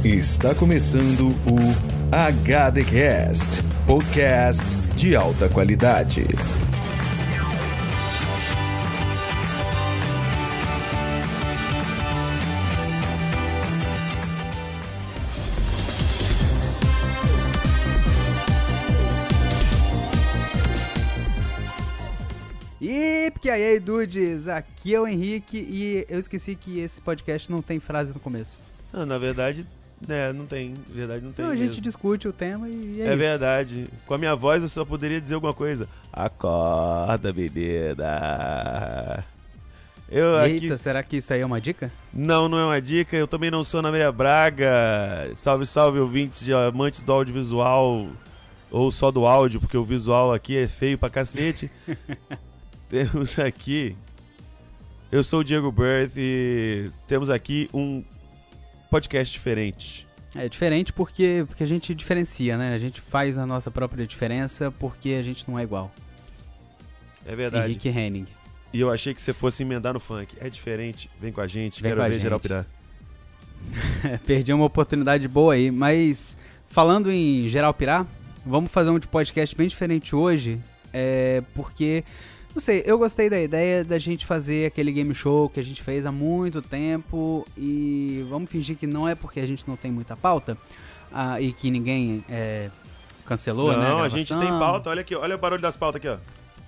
Está começando o HDcast, podcast de alta qualidade. E aí, dudes, aqui é o Henrique e eu esqueci que esse podcast não tem frase no começo. Não, na verdade, não tem. Verdade, não tem. Então a mesmo. gente discute o tema e é É isso. verdade. Com a minha voz eu só poderia dizer alguma coisa. Acorda, bebida. Eita, será que isso aí é uma dica? Não é uma dica. Eu também não sou Ana Maria Braga. Salve, salve, ouvintes de amantes do audiovisual. Ou só do áudio, porque o visual aqui é feio pra cacete. Temos aqui... Eu sou o Diego Berth e temos aqui um podcast diferente. É diferente porque a gente diferencia, né? A gente faz a nossa própria diferença porque a gente não é igual. É verdade. Henrique Henning. E eu achei que você fosse emendar no funk. É diferente, vem com a gente, Vem quero com a ver gente. geral pirar. Perdi uma oportunidade boa aí, mas falando em geral pirar, vamos fazer um podcast bem diferente hoje, porque... Não sei, eu gostei da ideia da gente fazer aquele game show que a gente fez há muito tempo e vamos fingir que não é porque a gente não tem muita pauta e que ninguém cancelou, né? Não, a gente tem pauta, olha aqui, olha o barulho das pautas aqui, ó.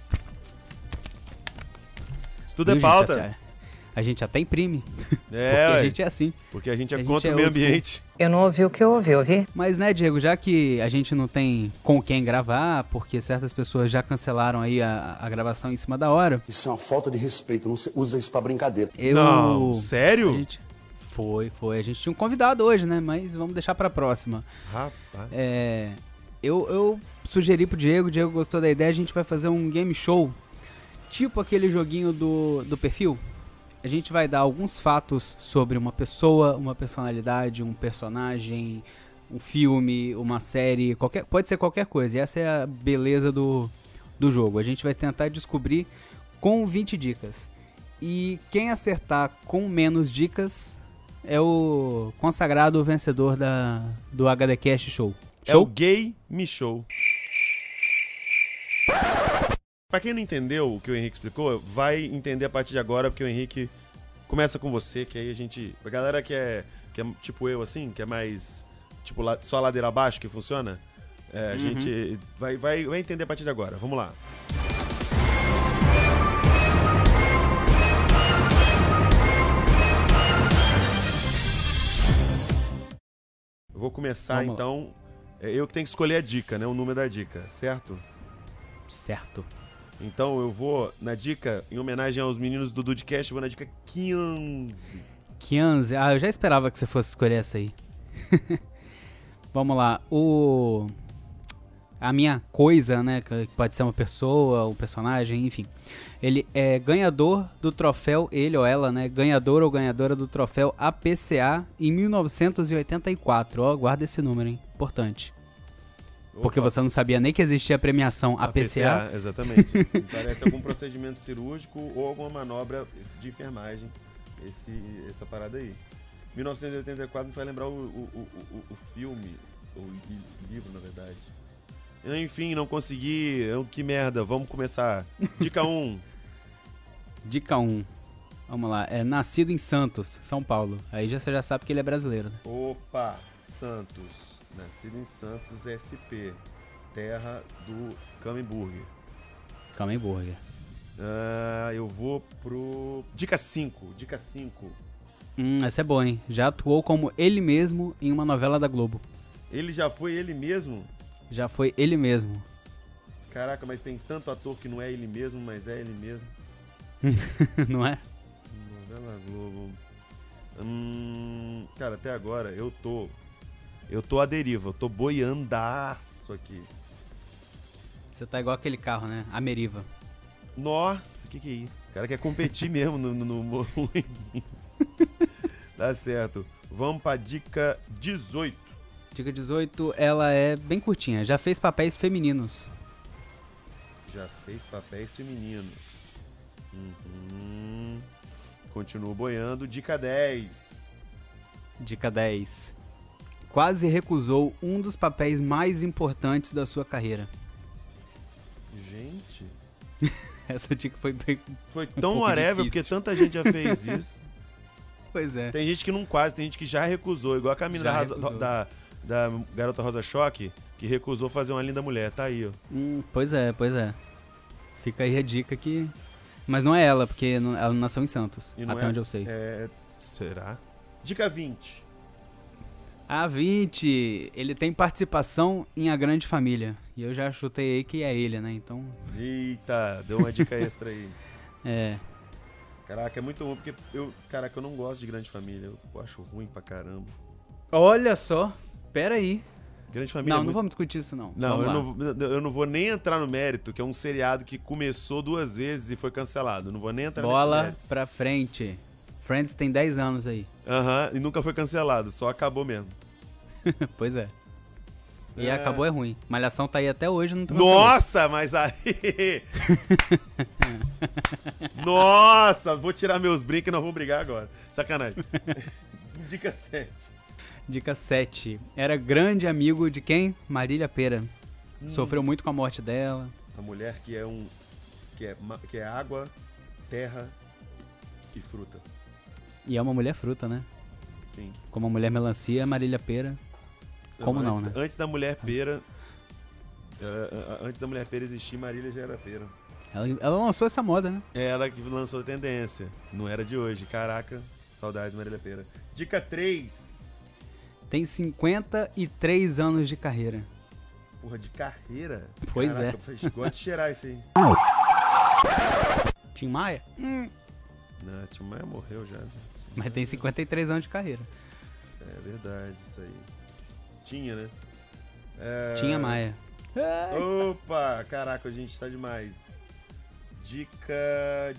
Isso tudo é pauta. A gente até imprime, porque ué, a gente é assim. Porque a gente é A gente contra é o meio old school. ambiente. Eu não ouvi o que eu ouvi? Mas, né, Diego, já que a gente não tem com quem gravar, porque certas pessoas já cancelaram aí a gravação em cima da hora... Isso é uma falta de respeito, não se usa isso pra brincadeira. Não, sério? Foi. A gente tinha um convidado hoje, né? Mas vamos deixar pra próxima. Rapaz. Eu sugeri pro Diego, o Diego gostou da ideia, a gente vai fazer um game show, tipo aquele joguinho do perfil. A gente vai dar alguns fatos sobre uma pessoa, uma personalidade, um personagem, um filme, uma série, pode ser qualquer coisa. E essa é a beleza do jogo. A gente vai tentar descobrir com 20 dicas. E quem acertar com menos dicas é o consagrado vencedor do HDcast Show. É o Gay Me Show. Pra quem não entendeu o que o Henrique explicou, vai entender a partir de agora, porque o Henrique começa com você, que aí a gente... A galera que é tipo eu, assim, que é mais tipo só ladeira abaixo que funciona, a gente vai entender a partir de agora. Vamos lá. Eu vou começar, Vamos então... Eu que tenho que escolher a dica, né? O número da dica, certo? Certo. Então eu vou na dica, em homenagem aos meninos do Dudcast, vou na dica 15. 15? Eu já esperava que você fosse escolher essa aí. Vamos lá. A minha coisa, né, que pode ser uma pessoa, um personagem, enfim. Ele é ganhador do troféu, ele ou ela, né, ganhador ou ganhadora do troféu APCA em 1984. Ó, guarda esse número, hein? Importante. Porque você não sabia nem que existia a premiação APCA. Exatamente. Parece algum procedimento cirúrgico ou alguma manobra de enfermagem, essa parada aí. 1984 me faz lembrar o filme, o livro, na verdade. Enfim, não consegui. Que merda, vamos começar. Dica 1. Dica 1. Vamos lá. É nascido em Santos, São Paulo. Aí você já sabe que ele é brasileiro, né? Opa, Santos. Nascido em Santos, SP. Terra do Camemburger. Camemburger. Eu vou pro... Dica 5. Essa é boa, hein? Já atuou como ele mesmo em uma novela da Globo. Ele já foi ele mesmo? Já foi ele mesmo. Caraca, mas tem tanto ator que não é ele mesmo, mas é ele mesmo. Não é? Novela Globo. Cara, até agora eu tô à deriva, eu tô boiandaço aqui. Você tá igual aquele carro, né? A Meriva. Nossa, que é isso? O cara quer competir mesmo no Dá certo. Vamos pra dica 18. Dica 18, ela é bem curtinha. Já fez papéis femininos. Já fez papéis femininos. Continuo boiando. Dica 10. Dica 10. quase recusou um dos papéis mais importantes da sua carreira? Gente, Essa dica foi bem... foi tão pouco whatever, difícil. porque tanta gente já fez isso. Pois é. Tem gente que não quase, tem gente que já recusou, igual a Camila Já da, recusou. da Garota Rosa Choque, que recusou fazer uma linda mulher. Tá aí, ó. Pois é. Fica aí a dica que... Mas não é ela, porque ela não nasceu em Santos, E não até é- onde eu sei. Será? Dica 20. A 20, ele tem participação em A Grande Família. E eu já chutei aí que é ele, né? Então, Eita, deu uma dica extra aí. é... Caraca, é muito bom, porque eu não gosto de Grande Família. Eu acho ruim pra caramba. Olha só, pera aí. Grande Família Não, é não muito... vamos discutir isso não. Não, Vamos lá. eu não vou nem entrar no mérito, que é um seriado que começou 2 vezes e foi cancelado. Eu não vou nem entrar nesse Bola mérito. pra frente. Friends tem 10 anos aí. Aham, e nunca foi cancelado, só acabou mesmo. Pois é. E É. acabou é ruim. Malhação tá aí até hoje, não cancelou. Nossa, mas aí... Nossa, vou tirar meus brincos e nós vamos brigar agora. Sacanagem. Dica 7. Dica 7. Era grande amigo de quem? Marília Pêra. Sofreu muito com a morte dela. A mulher que é que é água, terra e fruta. E é uma mulher fruta, né? Sim. Como a mulher melancia, Marília Pêra. Como não, antes, né? Antes da mulher pera... antes da mulher pera existir, Marília já era pera. Ela lançou essa moda, né? É ela que lançou a tendência. Não era de hoje. Caraca, saudades, Marília Pera. Dica 3. Tem 53 anos de carreira. Porra, de carreira? Pois Caraca, é. Gosto de cheirar isso aí. Tim Maia? Não, Tim Maia morreu já. Mas tem 53 anos de carreira. É verdade, isso aí. Tinha, né? Tinha Maia. Opa, caraca, a gente tá demais. Dica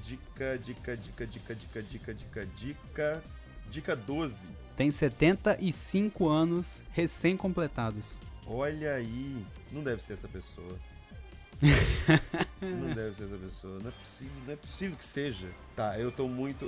12. Tem 75 anos recém-completados. Olha aí, não deve ser essa pessoa. Não deve ser essa pessoa. Não é possível que seja. Tá, eu tô muito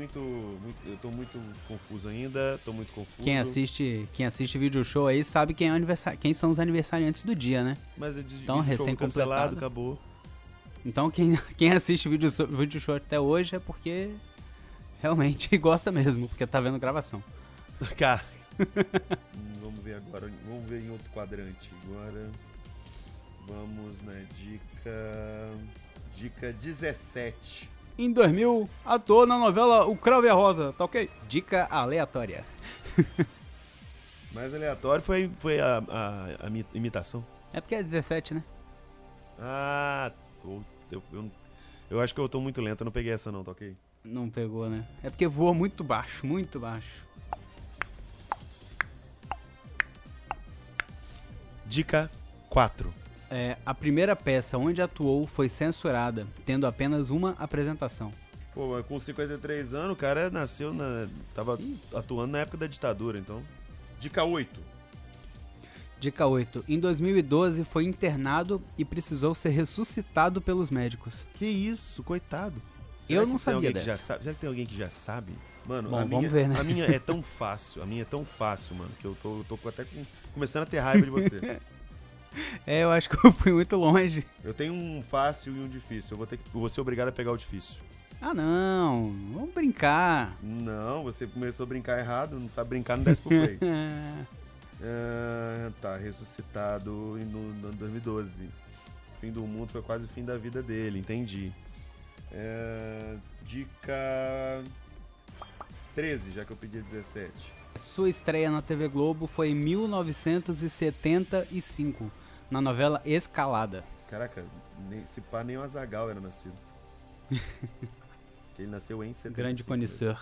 confuso ainda. Tô muito confuso. Quem assiste vídeo show aí sabe quem são os aniversariantes do dia, né? Mas Então, vídeo show recém-completado. cancelado, acabou. Então quem assiste vídeo show até hoje é porque realmente gosta mesmo, porque tá vendo gravação. Cara, vamos ver agora. Vamos ver em outro quadrante. Agora vamos na dica 17. Em 2000, atuou na novela O Cravo e a Rosa, tá ok? Dica aleatória. Mais aleatório foi a minha imitação. É porque é 17, né? Ah, eu acho que eu tô muito lento, eu não peguei essa não, tá ok? Não pegou, né? É porque voa muito baixo, muito baixo. Dica 4. A primeira peça onde atuou foi censurada, tendo apenas uma apresentação. Pô, mas com 53 anos, o cara nasceu tava atuando na época da ditadura, então. Dica 8. Dica 8. Em 2012 foi internado e precisou ser ressuscitado pelos médicos. Que isso, coitado. Eu que não tem sabia alguém dessa. Que já sabe? Será que tem alguém que já sabe? Mano, Bom, a vamos minha, ver, né? a minha é tão fácil. A minha é tão fácil, mano, que eu tô até começando a ter raiva de você. Eu acho que eu fui muito longe. Eu tenho um fácil e um difícil. Eu vou ser obrigado a pegar o difícil. Ah, não. Vamos brincar. Não, você começou a brincar errado. Não sabe brincar, não desce pro play. Tá, ressuscitado no 2012. O fim do mundo foi quase o fim da vida dele, entendi. Dica 13, já que eu pedi 17. Sua estreia na TV Globo foi em 1975, na novela Escalada. Caraca, se pá, nem o Azaghal era nascido. Ele nasceu em 75. Grande conhecedor.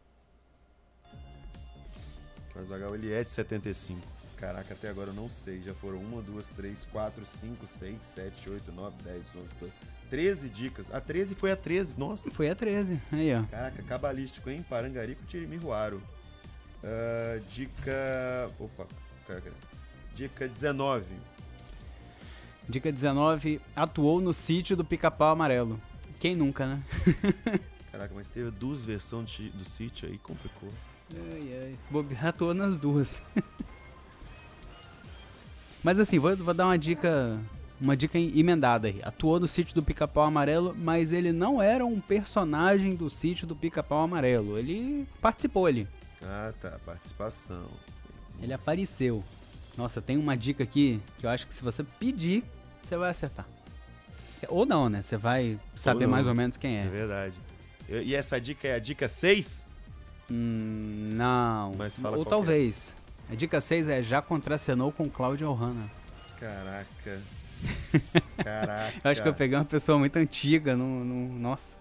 O Azaghal, ele é de 75. Caraca, até agora eu não sei. Já foram 1, 2, 3, 4, 5, 6, 7, 8, 9, 10, 11, 12, 13 dicas. A 13 foi a 13, nossa. Foi a 13, aí ó. Caraca, cabalístico, hein? Parangarico, Tirimiruaro. Dica... Opa, caraca. Dica 19. Dica 19, atuou no Sítio do Pica-Pau Amarelo. Quem nunca, né? Caraca, mas teve 2 versões do Sítio aí, complicou. Ai, ai. Bob atuou nas duas. Mas assim, vou dar uma dica emendada aí. Atuou no Sítio do Pica-Pau Amarelo, mas ele não era um personagem do Sítio do Pica-Pau Amarelo. Ele participou ali. Ah, tá. Participação. Ele apareceu. Nossa, tem uma dica aqui que eu acho que se você pedir, você vai acertar. Ou não, né? Você vai saber mais ou menos quem É é. verdade. E essa dica é a dica 6? Não. Mas fala Ou qual talvez. A dica 6 é já contracenou com Cláudia Ohana. Caraca. Caraca. Eu acho que eu peguei uma pessoa muito antiga. Nossa.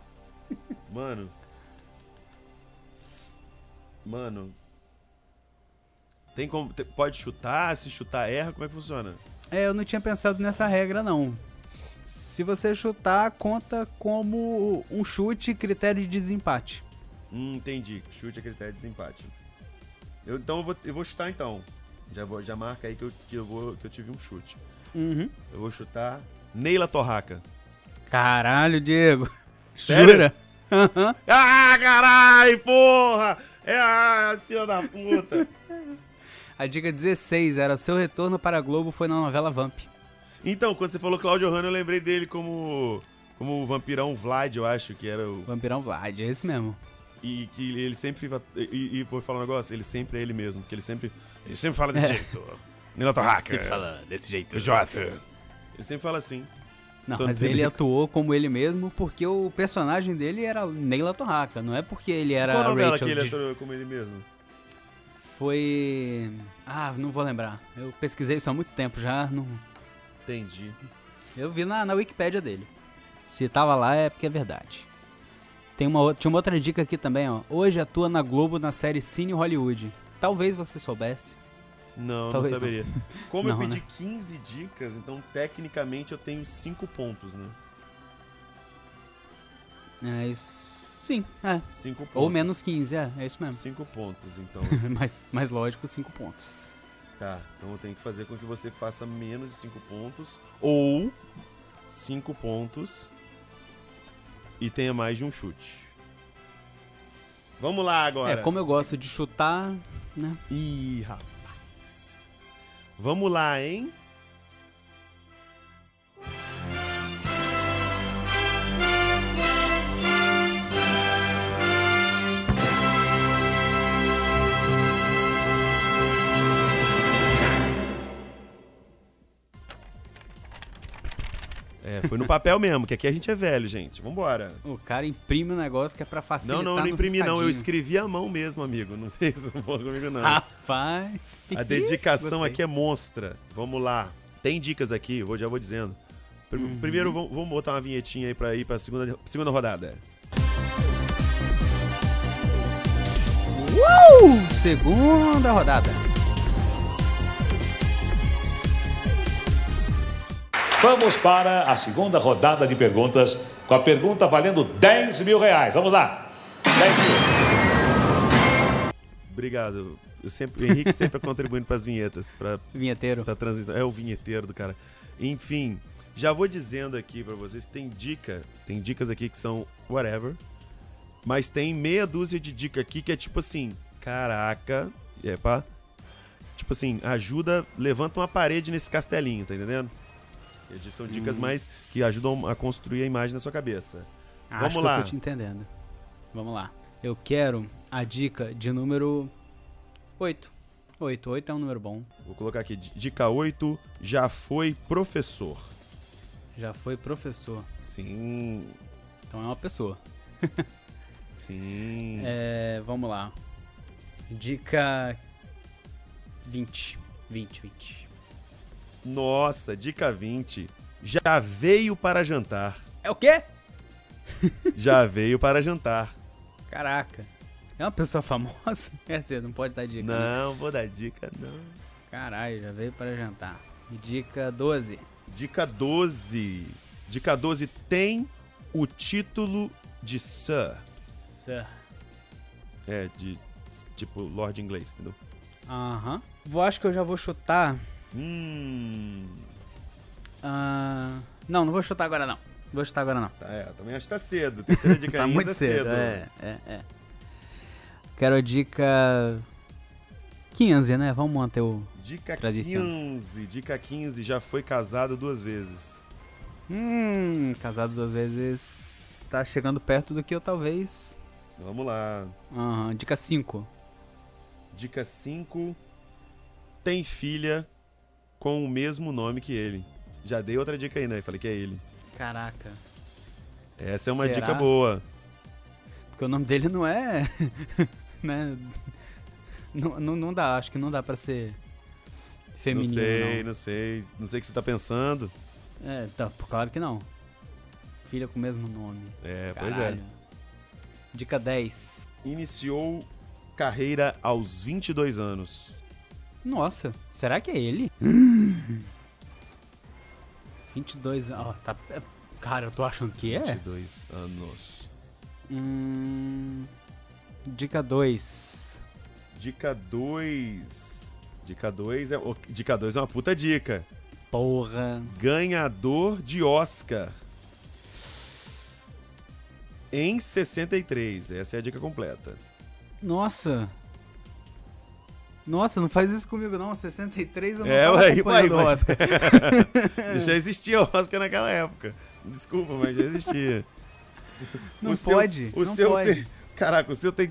Mano. Tem como. Pode chutar? Se chutar, erra? Como é que funciona? Eu não tinha pensado nessa regra, não. Se você chutar, conta como um chute critério de desempate. Entendi. Chute é critério de desempate. Então eu vou chutar então. Já marca aí que eu tive um chute. Uhum. Eu vou chutar Neila Torraca. Caralho, Diego. Sério? Jura? Aham. Ah, caralho, porra! Filha da puta. A dica 16 era seu retorno para a Globo foi na novela Vamp. Então, quando você falou Cláudio Hanna, eu lembrei dele como o vampirão Vlad, eu acho que era o... Vampirão Vlad, é esse mesmo. E que ele sempre... E vou falar um negócio, ele sempre é ele mesmo, porque ele sempre fala desse jeito. Neila Torraca. Você fala desse jeito. Jota. Ele sempre fala assim. Não, Todo mas ele pinico. atuou como ele mesmo porque o personagem dele era Neila Torraca, não é porque ele era Qual a novela Rachel que ele de... atuou como ele mesmo? Foi... não vou lembrar. Eu pesquisei isso há muito tempo já, não... Entendi. Eu vi na Wikipédia dele. Se tava lá é porque é verdade. Tinha uma outra dica aqui também, ó. Hoje atua na Globo na série Cine Hollywood. Talvez você soubesse. Não, Talvez não saberia. Como eu Não, pedi né? 15 dicas, então tecnicamente eu tenho 5 pontos, né? Sim, 5 pontos. Ou menos 15, é isso mesmo. 5 pontos, então. mais lógico, 5 pontos. Tá, então eu tenho que fazer com que você faça menos de 5 pontos ou 5 pontos e tenha mais de um chute. Vamos lá agora. Como eu gosto de chutar, né? Ih, rapaz. Vamos lá, hein? Foi no papel mesmo, que aqui a gente é velho, gente. Vambora. O cara imprime um negócio que é pra facilitar. Não, eu não no imprimi não, eu riscadinho. escrevi à mão mesmo, amigo. Não tem isso comigo não. Rapaz. A dedicação Gostei. aqui é monstra. Vamos lá. Tem dicas aqui, já vou dizendo. Primeiro, vamos botar uma vinhetinha aí pra ir pra segunda rodada. Segunda rodada. Vamos para a segunda rodada de perguntas, com a pergunta valendo R$10.000. Vamos lá. 10 mil. Obrigado. O Henrique sempre contribuindo pras vinhetas. Vinheteiro. Pra transitar. É o vinheteiro do cara. Enfim, já vou dizendo aqui pra vocês que tem dicas aqui que são whatever, mas tem meia dúzia de dica aqui que é tipo assim, caraca, tipo assim, ajuda, levanta uma parede nesse castelinho, tá entendendo? São dicas mais que ajudam a construir a imagem na sua cabeça. Acho que eu tô te entendendo. Vamos lá. Eu quero a dica de número 8. 8 é um número bom. Vou colocar aqui, dica 8, já foi professor. Já foi professor. Sim. Então é uma pessoa. Sim. Vamos lá. Dica 20. Nossa, dica 20. Já veio para jantar. É o quê? Já veio para jantar. Caraca. É uma pessoa famosa? Quer dizer, não pode dar dica. né? Não, vou dar dica, não. Caralho, já veio para jantar. Dica 12. Dica 12. Dica 12 tem o título de Sir. Sir. De tipo Lord inglês, entendeu? Aham. Acho que eu já vou chutar. Não vou chutar agora não. Também acho que tá cedo. Terceira dica Tá ainda muito cedo. Quero a dica 15, né? Vamos manter o... Dica Tradição. 15. Dica 15, já foi casado 2 vezes. Casado 2 vezes. Tá chegando perto do que eu talvez... Vamos lá. Dica 5. Dica 5. Tem filha com o mesmo nome que ele. Já dei outra dica aí, né? Falei que é ele. Caraca. Essa é uma Será? dica boa. Porque o nome dele não é... né? Não dá, acho que não dá pra ser feminino, Não sei o que você tá pensando. É, tá, claro que não. Filha com o mesmo nome. Pois é. Caralho. Dica 10. Iniciou carreira aos 22 anos. Nossa, será que é ele? 22 anos. Ó, tá... Cara, eu tô achando que é. 22 anos. Dica 2. Dica 2. Dica 2 é uma puta dica. Porra. Ganhador de Oscar. Em 63. Essa é a dica completa. Nossa. Nossa, não faz isso comigo não. 63 eu não tava acompanhando o mas- Oscar. Já existia Oscar naquela época. Desculpa, mas já existia. Não pode, O não seu pode. tem, caraca, o seu tem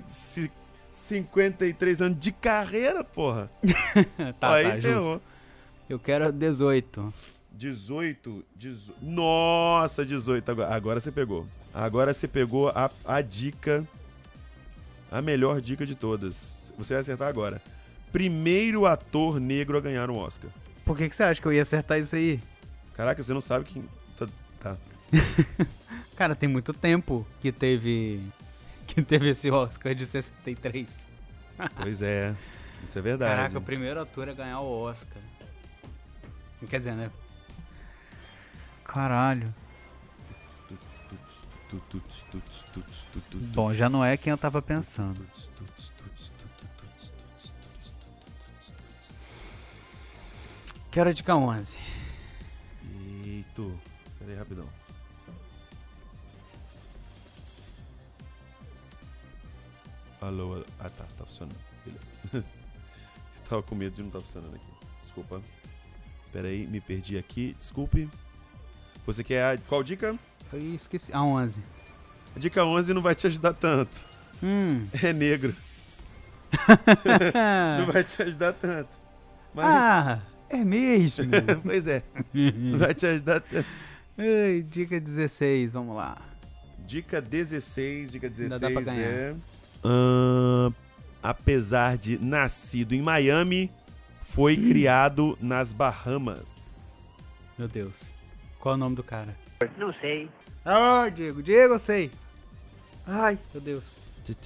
53 anos de carreira, porra. Tá, Aí tá, ferrou. justo. Eu quero 18. 18. Nossa, 18. Agora você pegou. Agora você pegou a dica. A melhor dica de todas. Você vai acertar agora. Primeiro ator negro a ganhar um Oscar. Por que você acha que eu ia acertar isso aí? Caraca, você não sabe quem. Tá. Cara, tem muito tempo que teve esse Oscar de 63. Pois é. Isso é verdade. Caraca, o primeiro ator a ganhar o Oscar. Quer dizer, né? Caralho. Bom, já não é quem eu tava pensando. Quero a dica 11. Eita. Pera aí, rapidão. Alô. Ah, tá funcionando. Beleza. Eu tava com medo de não estar funcionando aqui. Desculpa. Pera aí, me perdi aqui. Desculpe. Você quer qual dica? Eu esqueci. A 11. A dica 11 não vai te ajudar tanto. É negro. Não vai te ajudar tanto. Mas, Ah, é mesmo. pois é. Não vai te ajudar tanto. Ai, dica 16, vamos lá. Dica 16. Dica 16 dá pra ganhar. é... apesar de nascido em Miami, foi criado nas Bahamas. Meu Deus. Qual é o nome do cara? Não sei. Ah, Diego, eu sei. Ai, meu Deus.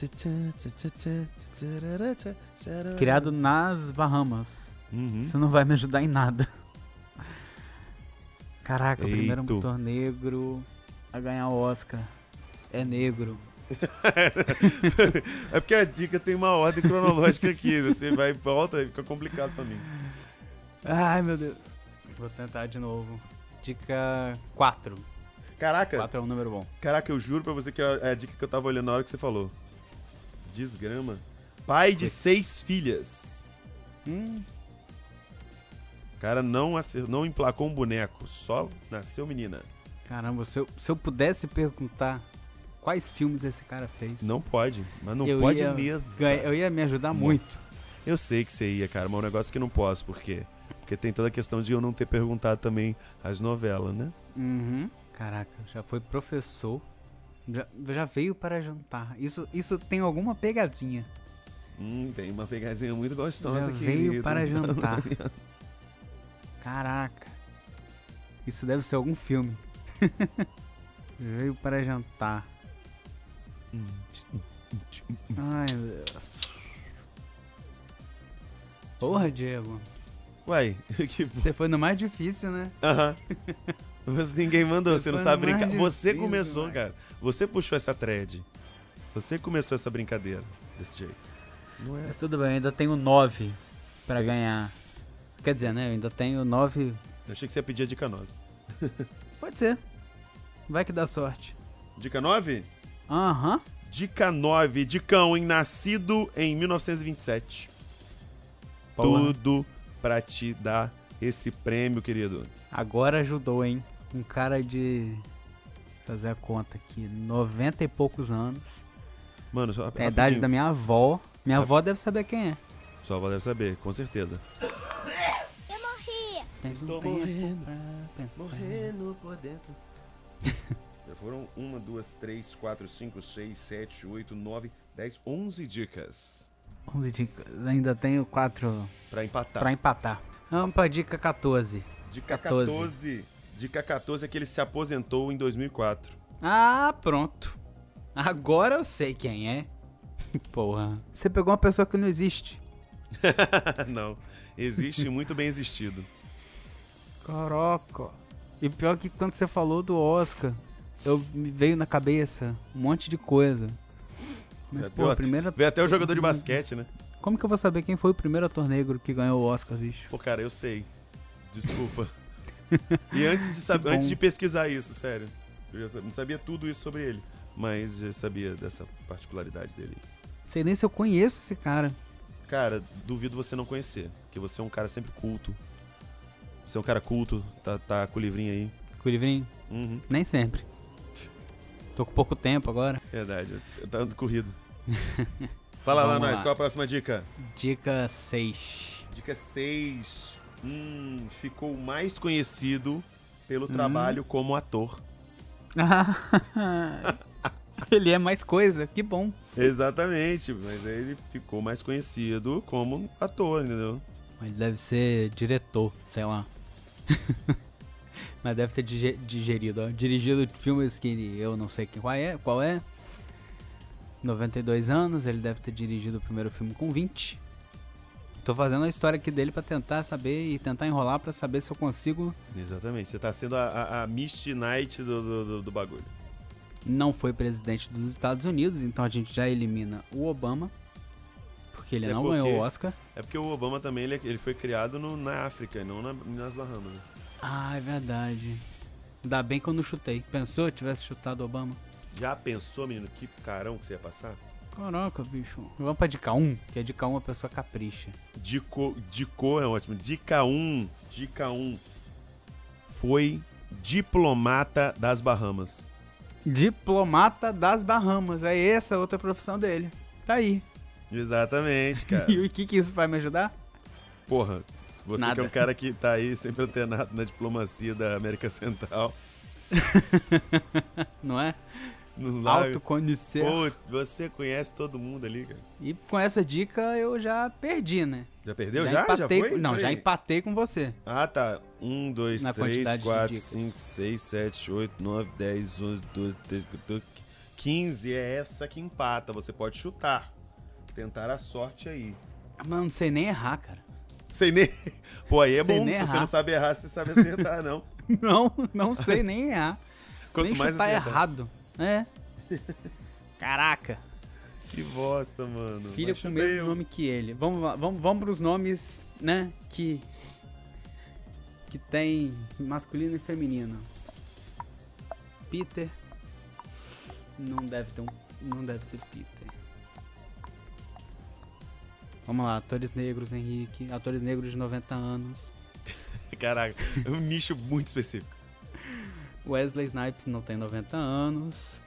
Criado nas Bahamas. Uhum. Isso não vai me ajudar em nada. Caraca, o primeiro Eito. motor negro a ganhar o Oscar. É negro. É porque a dica tem uma ordem cronológica aqui. Você vai e volta e fica complicado pra mim. Ai, meu Deus. Vou tentar de novo. Dica 4. Caraca, 4 é um número bom. caraca, eu juro pra você que é a dica que eu tava olhando na hora que você falou. Desgrama. Pai de 6 filhas. O cara não emplacou um boneco, só nasceu menina. Caramba, se eu pudesse perguntar quais filmes esse cara fez, Não pode, mas não eu pode ia mesmo. eu ia me ajudar muito. Eu sei que você ia, cara, mas é um negócio que não posso, por quê? Porque tem toda a questão de eu não ter perguntado também as novelas, né? Uhum. Caraca, já foi professor, já veio para jantar. Isso tem alguma pegadinha. Tem uma pegadinha muito gostosa Já aqui. veio para jantar. Caraca, isso deve ser algum filme. Veio para jantar. Ai, meu Deus. Porra, Diego. Uai, que... Você foi no mais difícil, né? Aham. Mas ninguém mandou, você não foi sabe no mais brincar. Você difícil, começou, vai. cara. Você puxou essa thread. Você começou essa brincadeira desse jeito. Não é? Mas tudo bem, eu ainda tenho 9 pra ganhar. Quer dizer, né? Eu ainda tenho 9. Eu achei que você ia pedir a dica 9. Pode ser. Vai que dá sorte. Dica 9? Aham. Dica 9. Dicão, nascido em 1927. Porra. tudo pra te dar esse prêmio, querido. Agora ajudou, hein? Um cara de... fazer a conta aqui, 90 e poucos anos. Mano, só Tem a idade da minha avó. Minha avó deve saber quem é. Sua avó deve saber, com certeza. Estou morrendo por dentro. Já foram 1, 2, 3, 4, 5, 6, 7, 8, 9, 10, 11 dicas 11 dicas. Ainda tenho 4 pra empatar. pra empatar. Vamos pra dica 14. Dica 14. 14. Dica 14 é que ele se aposentou em 2004. Ah, pronto. Agora eu sei quem é. Porra. Você pegou uma pessoa que não existe. Não, existe muito bem existido. Caraca. E pior que quando você falou do Oscar, me veio na cabeça um monte de coisa. Mas, pô, a primeira... Veio até o jogador de basquete, né? Como que eu vou saber quem foi o primeiro ator negro que ganhou o Oscar, bicho? Pô, cara, eu sei. Desculpa. E antes de pesquisar isso, sério. Eu já não sabia tudo isso sobre ele. Mas já sabia dessa particularidade dele. Sei nem se eu conheço esse cara. Cara, duvido você não conhecer. Porque você é um cara sempre culto. Você é um cara culto, tá com o livrinho aí. Com o livrinho? Uhum. Nem sempre. Tô com pouco tempo agora. Verdade, tá dando corrido. Fala lá, Vamos nós, lá. qual a próxima dica? Dica 6. Dica 6. Ficou mais conhecido pelo trabalho como ator. Ele é mais coisa, que bom. Exatamente, mas ele ficou mais conhecido como ator, entendeu? Mas deve ser diretor, sei lá. Mas deve ter digerido, ó. Dirigido filmes que eu não sei qual é. 92 anos, ele deve ter dirigido o primeiro filme com 20. Tô fazendo a história aqui dele pra tentar saber e tentar enrolar pra saber se eu consigo. Exatamente, você tá sendo a Misty Knight do bagulho. Não foi presidente dos Estados Unidos, então a gente já elimina o Obama. Porque ele não ganhou o Oscar. É porque o Obama também, ele foi criado na África, não nas Bahamas. Né? Ah, é verdade. Ainda bem que eu não chutei. Pensou se eu tivesse chutado o Obama? Já pensou, menino, que carão que você ia passar? Caraca, bicho. Vamos pra dica 1, que a dica 1 a pessoa capricha. Dicou é ótimo. Dica 1. Foi diplomata das Bahamas. Diplomata das Bahamas. É essa a outra profissão dele. Tá aí. Exatamente, cara. E o que isso vai me ajudar? Porra, você Nada. que é um cara que tá aí sempre antenado na diplomacia da América Central. Não é? No lago. Autoconhecer. Pô, você conhece todo mundo ali, cara. E com essa dica eu já perdi, né? Já perdeu? Já empatei foi? Não, já Peraí. empatei com você. Ah, tá. 1, 2, Na 3, quantidade de 4, dicas. 5, 6, 7, 8, 9, 10, 11, 12, 13, 14, 15. É essa que empata. Você pode chutar. Tentar a sorte aí. Mas eu não sei nem errar, cara. Sem nem... Pô, aí é Sem bom. nem Se você errar. não sabe errar, você sabe acertar, não. Não sei nem errar. Quanto nem mais chutar acertar. errado. É. Caraca. Que bosta, mano. Filho Mas com o chutei mesmo nome que ele. Vamos lá, vamos pros nomes, né, que tem masculino e feminino. Peter. Não deve ser Peter. Vamos lá, atores negros, Henrique. Atores negros de 90 anos. Caraca, é um nicho muito específico. Wesley Snipes não tem 90 anos.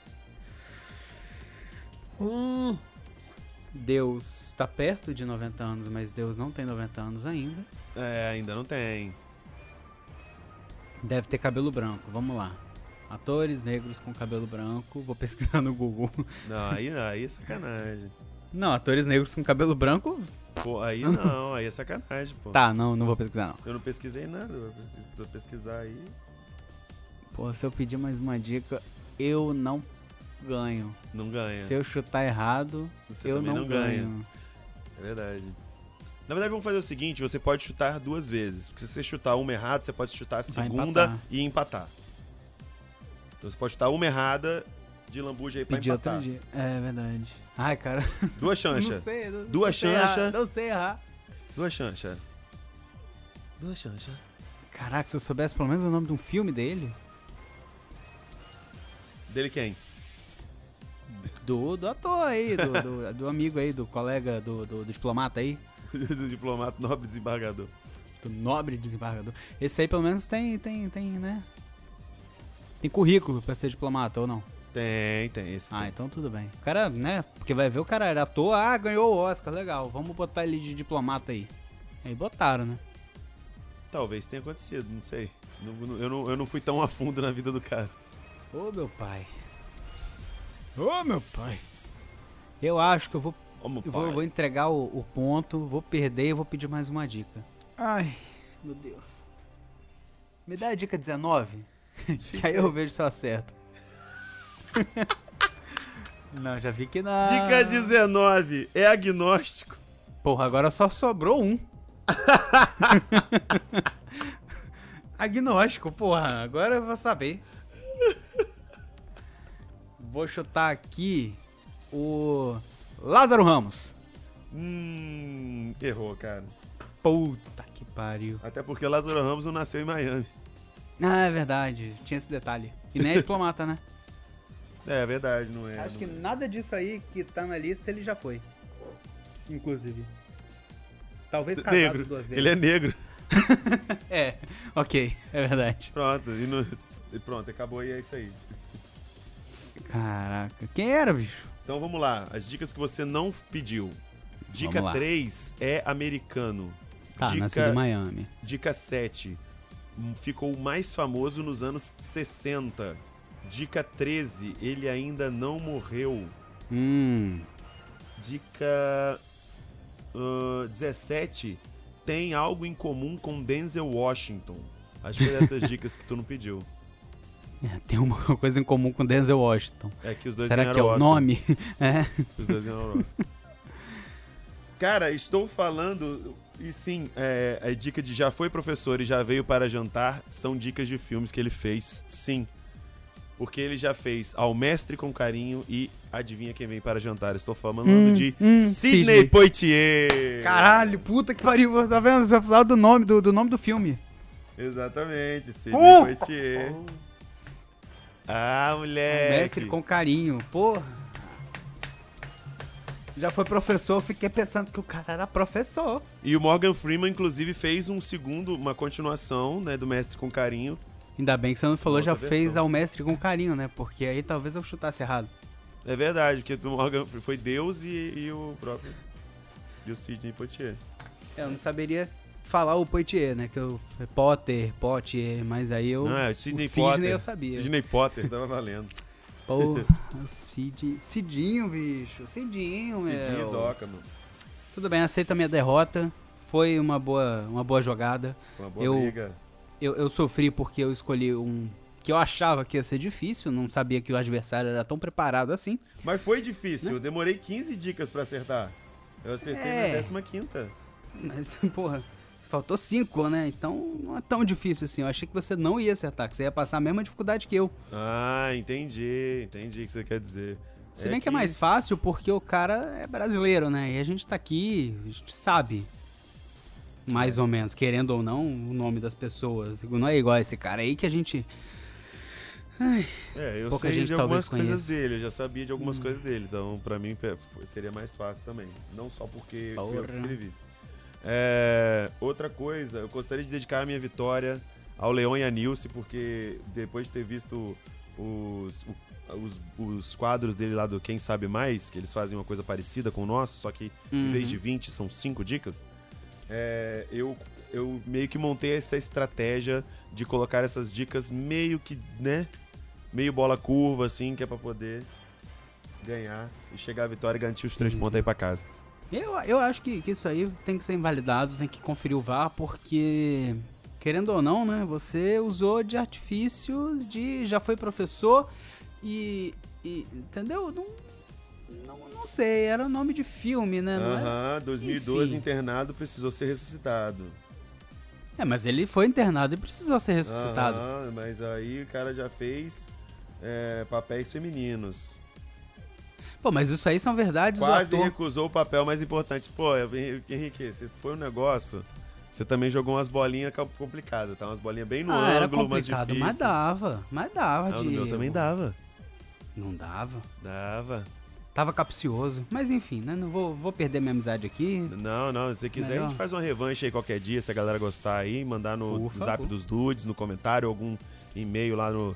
Deus tá perto de 90 anos, mas Deus não tem 90 anos ainda. É, ainda não tem. Deve ter cabelo branco, vamos lá. Atores negros com cabelo branco. Vou pesquisar no Google. Não, aí é sacanagem. Não, atores negros com cabelo branco? Pô, aí não, aí é sacanagem, pô. Tá, não vou pesquisar não. Eu não pesquisei nada, eu preciso pesquisar aí. Pô, se eu pedir mais uma dica, eu não ganho. Não ganha. Se eu chutar errado, Você eu também não não ganha. ganho. É verdade. Na verdade, vamos fazer o seguinte, você pode chutar 2 vezes. Porque se você chutar uma errada, você pode chutar a Vai segunda empatar. e empatar. Então você pode chutar uma errada de lambuja aí pra Pedir outro empatar. dia. É verdade. Ai, cara. 2 Não chanchas. sei. Duas chanchas. Não sei errar. 2 chanchas. 2 chanchas. Caraca, se eu soubesse pelo menos o nome de um filme dele. Dele quem? Do ator aí, do amigo aí, do colega, do diplomata aí. Do diplomata nobre desembargador. Do nobre desembargador. Esse aí pelo menos tem, né? Tem currículo pra ser diplomata ou não? Tem esse. Ah, então tudo bem. O cara, né? Porque vai ver o cara era ator, ganhou o Oscar, legal. Vamos botar ele de diplomata aí. Aí botaram, né? Talvez tenha acontecido, não sei. Eu não fui tão a fundo na vida do cara. Ô, meu pai. Ô, meu pai. Eu acho que eu vou vou entregar o ponto, vou perder e vou pedir mais uma dica. Ai, meu Deus. Me dá a dica 19, que aí eu vejo se eu acerto. Não, já vi que não. Dica 19, é agnóstico. Porra, agora só sobrou um. Agnóstico, porra, agora eu vou saber. Vou chutar aqui o Lázaro Ramos. Errou, cara. Puta que pariu. Até porque Lázaro Ramos não nasceu em Miami. Ah, é verdade, tinha esse detalhe. E nem é diplomata, né? É verdade, não é. Acho não que é. nada disso aí que tá na lista ele já foi. Inclusive. Talvez casado Negro. 2 vezes. Ele é negro. É, ok, é verdade. Pronto, e pronto, acabou e é isso aí. Caraca, quem era, bicho? Então vamos lá, as dicas que você não pediu. Dica Vamos lá. 3 é americano. Tá, nasceu em Miami. Dica 7 ficou mais famoso nos anos 60. Dica 13, ele ainda não morreu. Dica 17, tem algo em comum com Denzel Washington. Acho que é dessas dicas que tu não pediu. É, tem uma coisa em comum com Denzel Washington. É que os dois Será ganharam que é o Oscar. nome? É. Os dois ganharam o Oscar. Cara, estou falando... E sim, a dica de já foi professor e já veio para jantar são dicas de filmes que ele fez, sim. Porque ele já fez Ao Mestre com Carinho e Adivinha Quem Vem para Jantar. Estou falando de Sidney Poitier. Caralho, puta que pariu, tá vendo? Você precisava do nome do filme. Exatamente, Sidney Poitier. Ah, moleque. Mestre com Carinho, porra. Já foi professor, eu fiquei pensando que o cara era professor. E o Morgan Freeman, inclusive, fez uma continuação, né, do Mestre com Carinho. Ainda bem que você não falou, Outra já fez versão. Ao Mestre com Carinho, né? Porque aí talvez eu chutasse errado. É verdade, porque o Morgan foi Deus e o próprio... E o Sidney Poitier. Eu não saberia falar o Poitier, né? Que eu... Poitier, mas aí eu... Não, é Sidney o Sidney Potter. eu sabia. Sidney Potter, tava valendo. Porra, Cidinho, bicho. Cidinho, meu. Sidney Doca, mano. Tudo bem, aceita a minha derrota. Foi uma boa jogada. Foi uma boa briga. Eu sofri porque eu escolhi um que eu achava que ia ser difícil, não sabia que o adversário era tão preparado assim. Mas foi difícil, eu demorei 15 dicas pra acertar. Eu acertei na 15ª. Mas, porra, faltou 5, né? Então não é tão difícil assim. Eu achei que você não ia acertar, que você ia passar a mesma dificuldade que eu. Ah, entendi o que você quer dizer. Se bem que é mais fácil porque o cara é brasileiro, né? E a gente tá aqui, a gente sabe, mais ou menos, querendo ou não, o nome das pessoas. Não é igual esse cara aí que a gente... Ai, eu pouca sei gente de algumas talvez coisas conheça. dele, eu já sabia de algumas coisas dele, então pra mim seria mais fácil também. Não só porque fui eu que escrevi. Outra coisa, eu gostaria de dedicar a minha vitória ao Leon e a Nilce, porque depois de ter visto os quadros dele lá do Quem Sabe Mais, que eles fazem uma coisa parecida com o nosso, só que em vez de 20 são 5 dicas, eu meio que montei essa estratégia de colocar essas dicas meio que, né, meio bola curva, assim, que é pra poder ganhar e chegar à vitória e garantir os 3 pontos aí pra casa. Eu acho que isso aí tem que ser invalidado, tem que conferir o VAR, porque, querendo ou não, né, você usou de artifícios já foi professor e entendeu? Não sei, era o nome de filme, né? 2012 Enfim. internado, precisou ser ressuscitado. Mas ele foi internado e precisou ser ressuscitado. Mas aí o cara já fez papéis femininos. Pô, mas isso aí são verdades Quase do ator. recusou o papel mais importante. Pô, Henrique, se foi um negócio, você também jogou umas bolinhas complicadas, tá? Umas bolinhas bem no Era ângulo, mais complicado, difícil. mas dava. Não, no meu também dava. Não dava? Dava. Tava capcioso. Mas enfim, né? Não vou perder minha amizade aqui. Não, se quiser a gente faz uma revanche aí qualquer dia, se a galera gostar aí, mandar no Zap dos Dudes, no comentário, algum e-mail lá no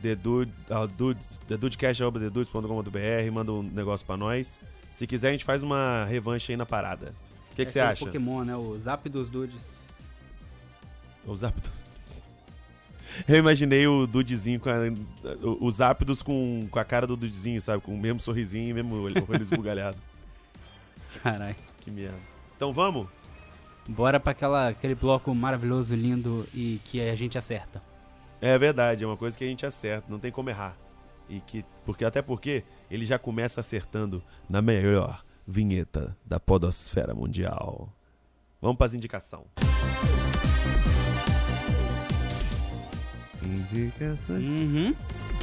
thedudecast@thedudes.com.br, manda um negócio pra nós. Se quiser a gente faz uma revanche aí na parada. O que você acha? Pokémon, né? O Zap dos Dudes. O Zapdos. Eu imaginei o Dudezinho os Zapdos com a cara do Dudezinho, sabe? Com o mesmo sorrisinho e o mesmo olho esbugalhado. Caralho. Que merda. Então vamos? Bora pra aquele bloco maravilhoso, lindo e que a gente acerta. É verdade, é uma coisa que a gente acerta, não tem como errar. Até porque ele já começa acertando na melhor vinheta da podosfera mundial. Vamos para as indicações. Uhum.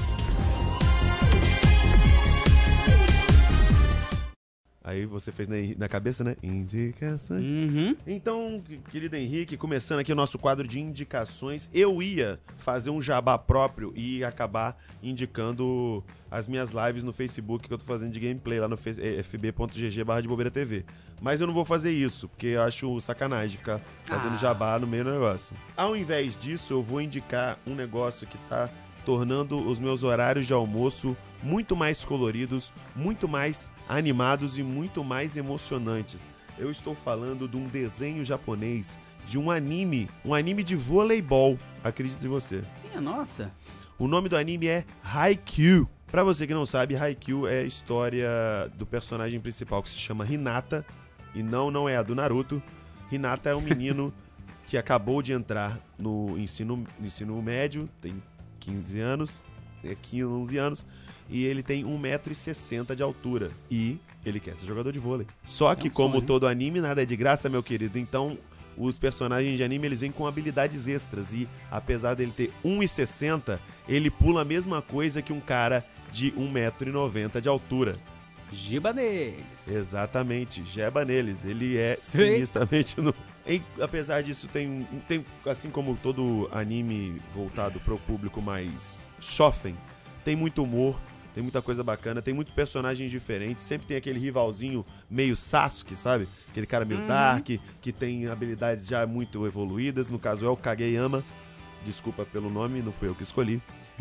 Aí você fez na cabeça, né? Indicações. Uhum. Então, querido Henrique, começando aqui o nosso quadro de indicações, eu ia fazer um jabá próprio e acabar indicando as minhas lives no Facebook que eu tô fazendo de gameplay lá no fb.gg/debobeiratv. Mas eu não vou fazer isso, porque eu acho sacanagem ficar fazendo jabá no meio do negócio. Ao invés disso, eu vou indicar um negócio que tá tornando os meus horários de almoço muito mais coloridos, muito mais animados e muito mais emocionantes. Eu estou falando de um desenho japonês, de um anime de voleibol, acredite você. Nossa. O nome do anime é Haikyuu. Pra você que não sabe, Haikyuu é a história do personagem principal, que se chama Hinata, e não é a do Naruto. Hinata é um menino que acabou de entrar no ensino médio, tem 15 anos, 11 anos, e ele tem 1,60 m de altura. E ele quer ser jogador de vôlei. Só que, como todo anime, nada é de graça, meu querido. Então, os personagens de anime, eles vêm com habilidades extras. E, apesar dele ter 1,60 m, ele pula a mesma coisa que um cara de 1,90 m de altura. Giba neles. Exatamente, jeba neles. Ele é sinistramente... Apesar disso, tem, assim como todo anime voltado pro público mais shonen, tem muito humor, tem muita coisa bacana, tem muitos personagens diferentes, sempre tem aquele rivalzinho meio Sasuke, sabe? Aquele cara meio dark, que tem habilidades já muito evoluídas, no caso é o Kageyama, desculpa pelo nome, não fui eu que escolhi.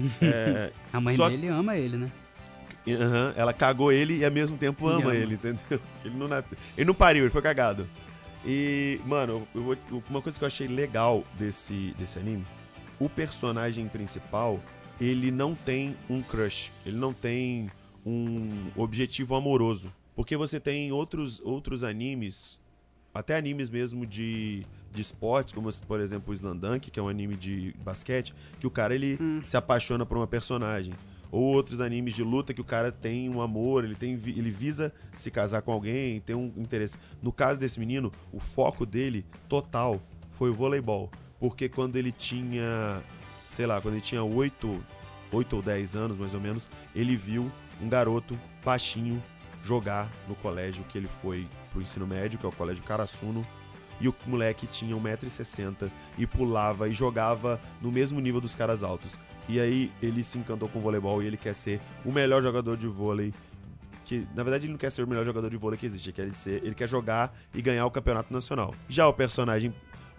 A mãe dele ama ele, né? Ela cagou ele e ao mesmo tempo ama ele, entendeu? Ele não pariu, ele foi cagado. E, mano, uma coisa que eu achei legal desse anime, o personagem principal, ele não tem um crush, ele não tem um objetivo amoroso. Porque você tem outros animes, até animes mesmo de esportes, como por exemplo o Slandunk, que é um anime de basquete, que o cara ele se apaixona por uma personagem. Ou outros animes de luta que o cara tem um amor, ele visa se casar com alguém, tem um interesse. No caso desse menino, o foco dele total foi o voleibol. Porque quando ele tinha, quando ele tinha 8 ou 10 anos mais ou menos, ele viu um garoto baixinho jogar no colégio que ele foi pro ensino médio, que é o colégio Karasuno. E o moleque tinha 1,60 m e pulava e jogava no mesmo nível dos caras altos. E aí ele se encantou com o voleibol e ele quer ser o melhor jogador de vôlei. Que, na verdade, ele não quer ser o melhor jogador de vôlei que existe. Ele quer jogar e ganhar o campeonato nacional. Já o personagem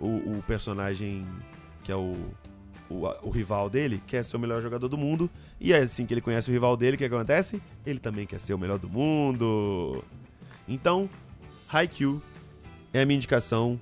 que é o rival dele, quer ser o melhor jogador do mundo. E é assim que ele conhece o rival dele, o que acontece? Ele também quer ser o melhor do mundo. Então, Haikyuu é a minha indicação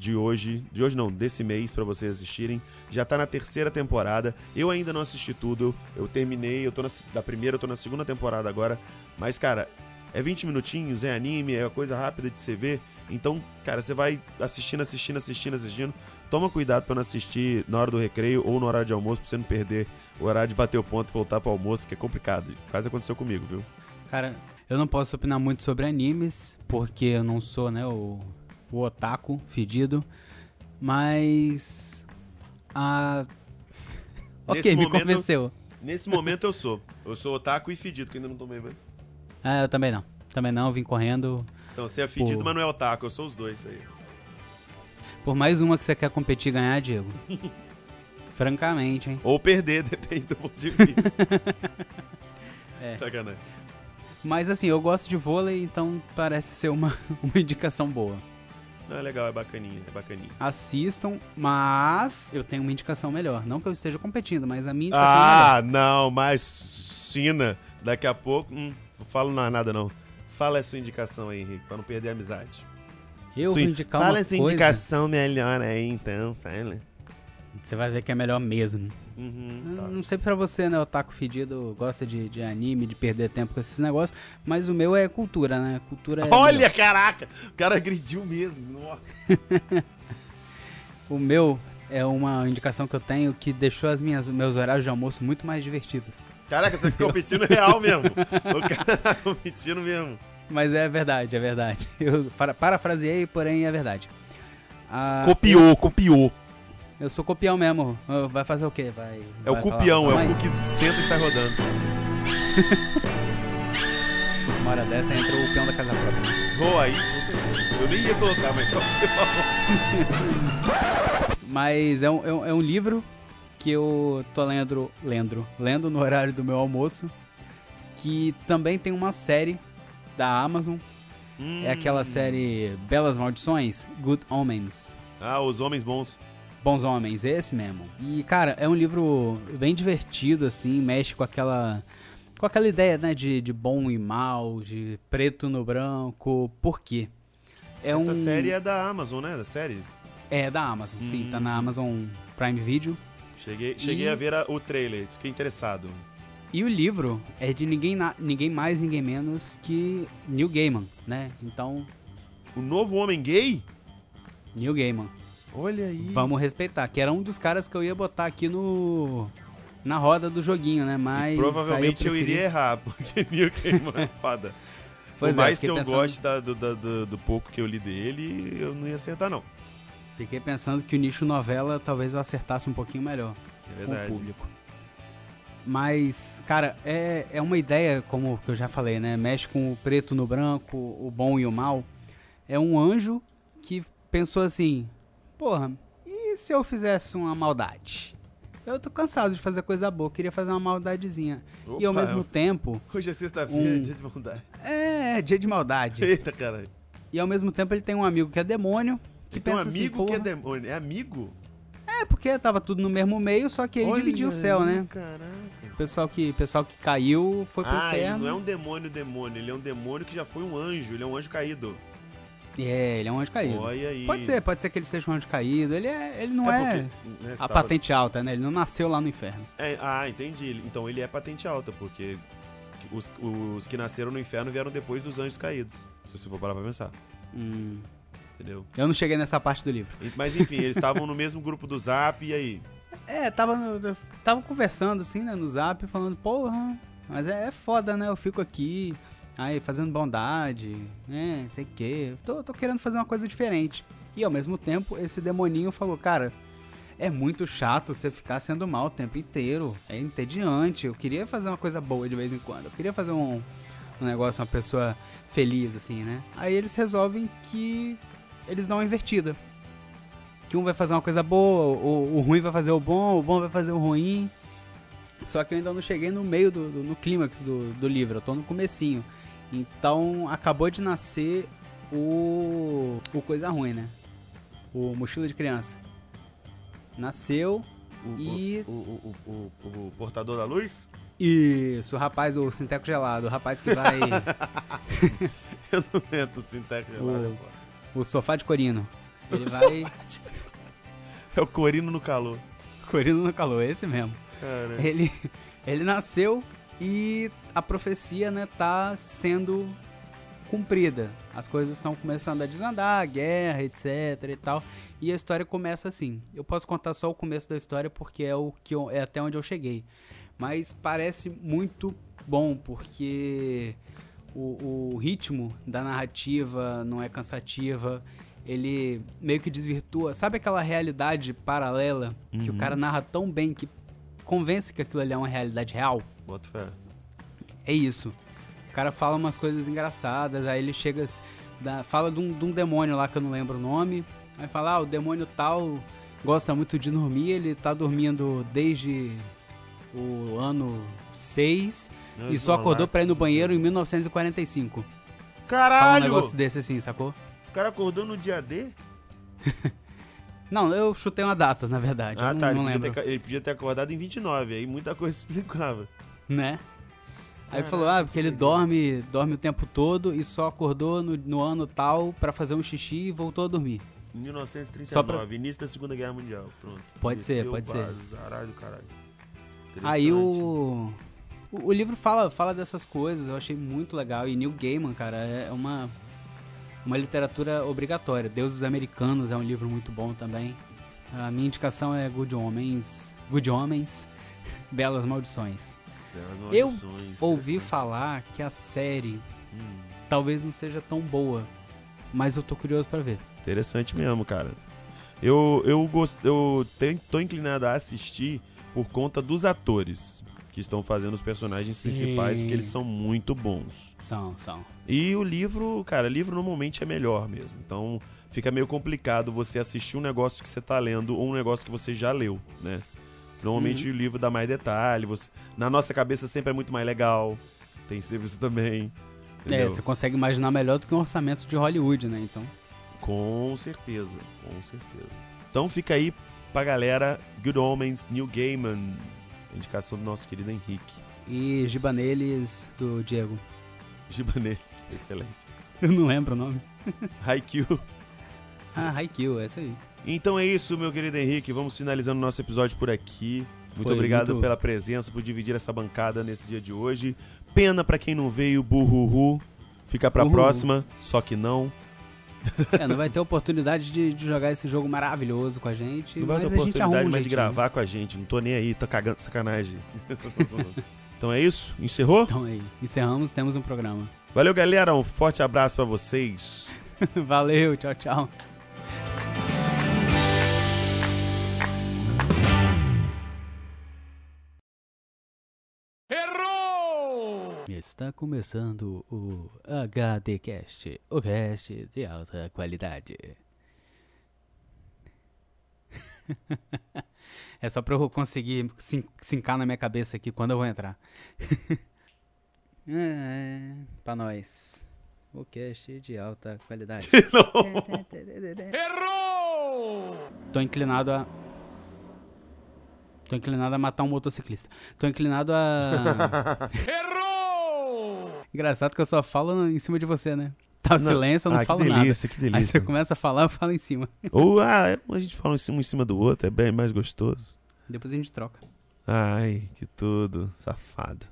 desse mês, pra vocês assistirem. Já tá na 3ª temporada. Eu ainda não assisti tudo. Eu terminei, eu tô da primeira, eu tô na 2ª temporada agora. Mas, cara, é 20 minutinhos, é anime, é uma coisa rápida de você ver. Então, cara, você vai assistindo. Toma cuidado pra não assistir na hora do recreio ou na hora de almoço, pra você não perder o horário de bater o ponto e voltar pro almoço, que é complicado. Quase aconteceu comigo, viu? Cara, eu não posso opinar muito sobre animes, porque eu não sou, né, o otaku fedido, mas ok, me convenceu. Nesse momento eu sou otaku e fedido, que ainda não tomei banho. Eu também não, vim correndo. Então você é fedido, mas não é otaku, eu sou os dois aí. Por mais uma que você quer competir e ganhar, Diego. Francamente, hein? Ou perder, depende do ponto de vista. É. Sacanagem. Mas assim, eu gosto de vôlei, então parece ser uma indicação boa. Não, é legal, é bacaninha, Assistam, mas eu tenho uma indicação melhor. Não que eu esteja competindo, mas a minha indicação é melhor. Ah, não, mas China, daqui a pouco, não falo nada não. Fala a sua indicação aí, Henrique, pra não perder a amizade. Eu vou indicar uma Fala a sua coisa, indicação melhor aí, então, fala. você vai ver que é melhor mesmo. Tá. Não sei pra você, né, otaku fedido, gosta de anime, de perder tempo com esses negócios, mas o meu é cultura, né? Cultura é Olha, melhor. caraca, o cara agrediu mesmo, nossa. O meu é uma indicação que eu tenho que deixou meus horários de almoço muito mais divertidos. Caraca, você tá competindo real mesmo. O cara tá competindo mesmo. Mas é verdade, é verdade. Eu parafraseei, porém é verdade. Copiou. Eu sou copião mesmo. Vai fazer o quê? Vai É o falar, copião, é "Mãe, o cu que senta e sai rodando. Uma hora dessa entra o peão da casa própria. Vou aí, com certeza. Eu nem ia colocar, mas só que você falou. Mas é um livro que eu tô lendo no horário do meu almoço, que também tem uma série da Amazon. É aquela série Belas Maldições, Good Omens. Ah, os homens bons. Bons Homens, esse mesmo. E, cara, é um livro bem divertido, assim, mexe com aquela ideia, né, de bom e mal, de preto no branco. Por quê? Essa série é da Amazon, né? Da série? É da Amazon, sim. Tá na Amazon Prime Video. Cheguei a ver o trailer, fiquei interessado. E o livro é de ninguém mais, ninguém menos que Neil Gaiman, né? Então, O novo homem gay? Neil Gaiman. Olha aí. Vamos respeitar, que era um dos caras que eu ia botar aqui na roda do joguinho, né? Mas E provavelmente aí eu iria errar, porque Neil Gaiman é foda. Pois Por é, mais que fiquei eu pensando- goste do pouco que eu li dele, eu não ia acertar, não. Fiquei pensando que o nicho novela talvez eu acertasse um pouquinho melhor É com o verdade. público. Mas, cara, é uma ideia, como eu já falei, né? Mexe com o preto no branco, o bom e o mal. É um anjo que pensou assim, porra, e se eu fizesse uma maldade? Eu tô cansado de fazer coisa boa, queria fazer uma maldadezinha. E ao Opa, mesmo tempo, Hoje é sexta-feira, é Um- dia de maldade. é dia de maldade. Eita, caralho. E ao mesmo tempo ele tem um amigo que é demônio. Que Tem um pensa assim, amigo que é porra, demônio. É amigo? É, porque tava tudo no mesmo meio, só que aí Olha dividiu o céu, aí, né? Caraca. O pessoal que caiu foi pro Ah, ele inferno. não é um demônio, ele é um demônio que já foi um anjo, ele é um anjo caído. É, ele é um anjo caído. Olha aí. Pode ser que ele seja um anjo caído. Ele não é, porque, né, você a tava- patente alta, né? Ele não nasceu lá no inferno. Entendi. Então ele é patente alta, porque os que nasceram no inferno vieram depois dos anjos caídos. Se você for parar pra pensar. Entendeu? Eu não cheguei nessa parte do livro. Mas enfim, eles estavam no mesmo grupo do Zap, e aí? Tava conversando assim, né, no Zap, falando, porra, mas é foda, né? Eu fico aqui, aí fazendo bondade, né, sei o quê. Tô querendo fazer uma coisa diferente. E ao mesmo tempo, esse demoninho falou, cara, é muito chato você ficar sendo mal o tempo inteiro. É entediante. Eu queria fazer uma coisa boa de vez em quando. Eu queria fazer um negócio, uma pessoa feliz, assim, né? Aí eles resolvem que eles dão uma invertida. Que um vai fazer uma coisa boa, o ruim vai fazer o bom vai fazer o ruim. Só que eu ainda não cheguei no meio no clímax do livro, eu tô no comecinho. Então acabou de nascer o Coisa Ruim, né? O Mochila de Criança. Nasceu e... O portador da luz? Isso, o rapaz, o Sinteco Gelado, o rapaz que vai... Eu não entro sinteco gelado. o Sofá de Corino. Ele vai... É o Corino no calor. Corino no calor, esse mesmo. Cara. Ele nasceu e a profecia, né, tá sendo cumprida. As coisas estão começando a desandar, guerra, etc e tal. E a história começa assim. Eu posso contar só o começo da história porque é até onde eu cheguei. Mas parece muito bom porque o ritmo da narrativa não é cansativa. Ele meio que desvirtua. Sabe aquela realidade paralela que o cara narra tão bem que convence que aquilo ali é uma realidade real? Bota fé. É isso. O cara fala umas coisas engraçadas, aí ele chega, fala de um demônio lá que eu não lembro o nome. Aí fala, o demônio tal gosta muito de dormir, ele tá dormindo desde o ano 6, e só acordou pra ir no banheiro em 1945. Fala um Caralho! negócio desse assim, sacou? O cara acordou no dia D? Não, eu chutei uma data, na verdade. Ah, eu tá. não lembro. Ele podia ter acordado em 29, aí muita coisa se explicava. Né? Aí falou, porque ele dorme o tempo todo e só acordou no ano tal pra fazer um xixi e voltou a dormir. 1939, início da Segunda Guerra Mundial. Pronto. Pode ser. Caralho. Aí o livro fala dessas coisas, eu achei muito legal. E Neil Gaiman, cara, é uma literatura obrigatória. Deuses Americanos é um livro muito bom também. A minha indicação é Good Homens, Belas Maldições. Eu ouvi falar que a série talvez não seja tão boa, mas eu tô curioso pra ver. Interessante mesmo, cara. Tô inclinado a assistir por conta dos atores que estão fazendo os personagens principais, porque eles são muito bons. São. E o livro, cara, livro normalmente é melhor mesmo. Então fica meio complicado você assistir um negócio que você tá lendo ou um negócio que você já leu, né? Normalmente o livro dá mais detalhe. Na nossa cabeça sempre é muito mais legal. Tem sempre isso também. Entendeu? Você consegue imaginar melhor do que um orçamento de Hollywood, né? Então. Com certeza. Então fica aí pra galera Good Homens, Neil Gaiman, indicação do nosso querido Henrique. E Gibaneles do Diego. Gibanelli, excelente. Eu não lembro o nome. Haikyuu. Haikyuu, é isso aí. Então é isso, meu querido Henrique. Vamos finalizando o nosso episódio por aqui. Muito obrigado pela presença, por dividir essa bancada nesse dia de hoje. Pena pra quem não veio, burruhu. Fica pra próxima, só que não. Não vai ter oportunidade de jogar esse jogo maravilhoso com a gente. Não vai ter oportunidade mais de gravar com a gente. Não tô nem aí, tô cagando sacanagem. Então é isso? Encerrou? Então é isso. Encerramos, temos um programa. Valeu, galera. Um forte abraço pra vocês. Valeu, tchau. Está começando o HDcast, o cast de alta qualidade. É só pra eu conseguir sincar na minha cabeça aqui quando eu vou entrar. Pra nós. O cast de alta qualidade. Errou! Tô inclinado a matar um motociclista. Tô inclinado a... Errou! Engraçado que eu só falo em cima de você, né? Tá o silêncio, eu não falo nada. Que delícia. Aí você começa a falar, eu falo em cima. Ou a gente fala um em cima do outro, é bem mais gostoso. Depois a gente troca. Ai, que tudo, safado.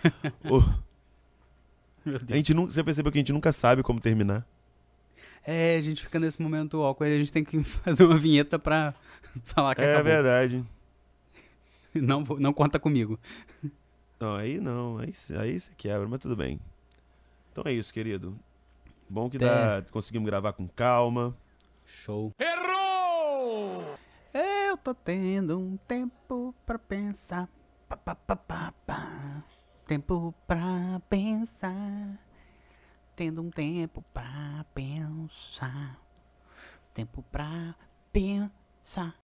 Meu Deus. Você percebeu que a gente nunca sabe como terminar? A gente fica nesse momento awkward, a gente tem que fazer uma vinheta pra falar que acabou. É verdade. Não conta comigo. Não, aí você quebra, mas tudo bem. Então é isso, querido. Bom que conseguimos gravar com calma. Show. Errou! Eu tô tendo um tempo pra pensar. Tempo pra pensar. Tendo um tempo pra pensar. Tempo pra pensar.